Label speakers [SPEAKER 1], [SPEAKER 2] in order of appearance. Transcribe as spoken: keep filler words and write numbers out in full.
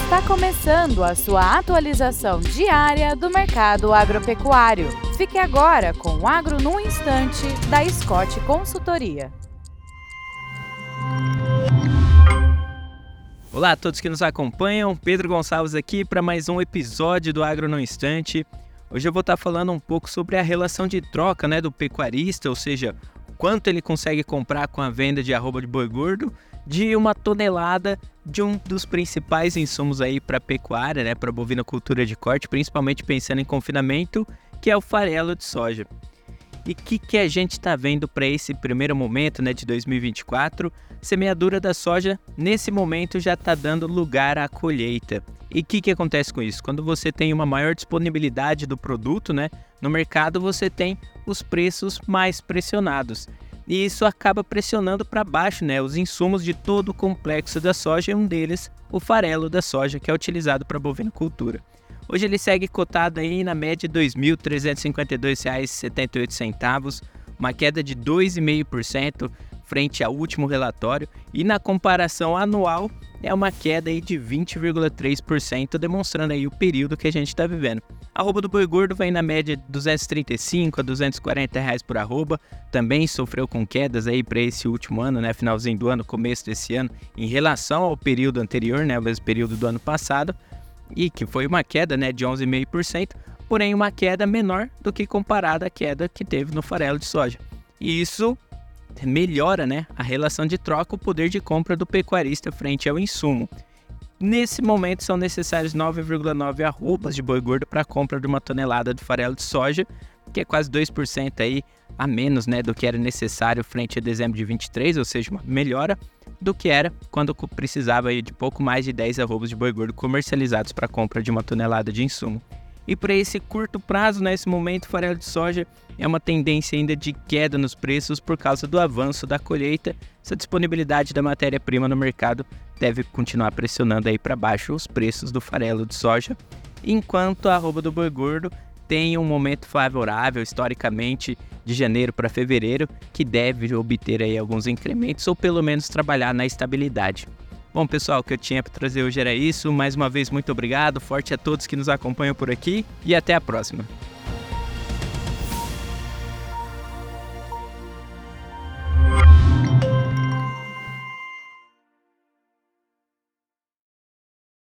[SPEAKER 1] Está começando a sua atualização diária do mercado agropecuário. Fique agora com o Agro no Instante, da Scott Consultoria.
[SPEAKER 2] Olá a todos que nos acompanham, Pedro Gonçalves aqui para mais um episódio do Agro no Instante. Hoje eu vou estar falando um pouco sobre a relação de troca, né, do pecuarista, ou seja, quanto ele consegue comprar com a venda de arroba de boi gordo de uma tonelada de um dos principais insumos aí para pecuária, né, para bovinocultura de corte, principalmente pensando em confinamento, que é o farelo de soja. E o que, que a gente está vendo para esse primeiro momento, né, de dois mil e vinte e quatro? Semeadura da soja, nesse momento, já está dando lugar à colheita. E o que, que acontece com isso? Quando você tem uma maior disponibilidade do produto, né, no mercado, você tem os preços mais pressionados. E isso acaba pressionando para baixo, né, os insumos de todo o complexo da soja, e um deles, o farelo da soja, que é utilizado para bovinocultura. Hoje ele segue cotado aí na média de dois mil trezentos e cinquenta e dois reais e setenta e oito centavos, uma queda de dois vírgula cinco por cento frente ao último relatório, e na comparação anual é uma queda aí de vinte vírgula três por cento, demonstrando aí o período que a gente está vivendo. A arroba do boi gordo vem na média de duzentos e trinta e cinco a duzentos e quarenta reais por arroba, também sofreu com quedas aí para esse último ano, né, finalzinho do ano, começo desse ano, em relação ao período anterior, né, o mesmo período do ano passado, e que foi uma queda, né, de onze vírgula cinco por cento, porém uma queda menor do que comparada à queda que teve no farelo de soja. E isso melhora, né, a relação de troca, o poder de compra do pecuarista frente ao insumo. Nesse momento são necessários nove vírgula nove arrobas de boi gordo para a compra de uma tonelada de farelo de soja, que é quase dois por cento aí a menos, né, do que era necessário frente a dezembro de vinte e três, ou seja, uma melhora do que era quando precisava aí de pouco mais de dez arrobas de boi gordo comercializados para a compra de uma tonelada de insumo. E para esse curto prazo, nesse momento, o farelo de soja é uma tendência ainda de queda nos preços por causa do avanço da colheita. Essa disponibilidade da matéria-prima no mercado deve continuar pressionando aí para baixo os preços do farelo de soja, enquanto a arroba do boi gordo tem um momento favorável historicamente de janeiro para fevereiro, que deve obter aí alguns incrementos ou pelo menos trabalhar na estabilidade. Bom, pessoal, o que eu tinha para trazer hoje era isso. Mais uma vez, muito obrigado. Forte a todos que nos acompanham por aqui e até a próxima.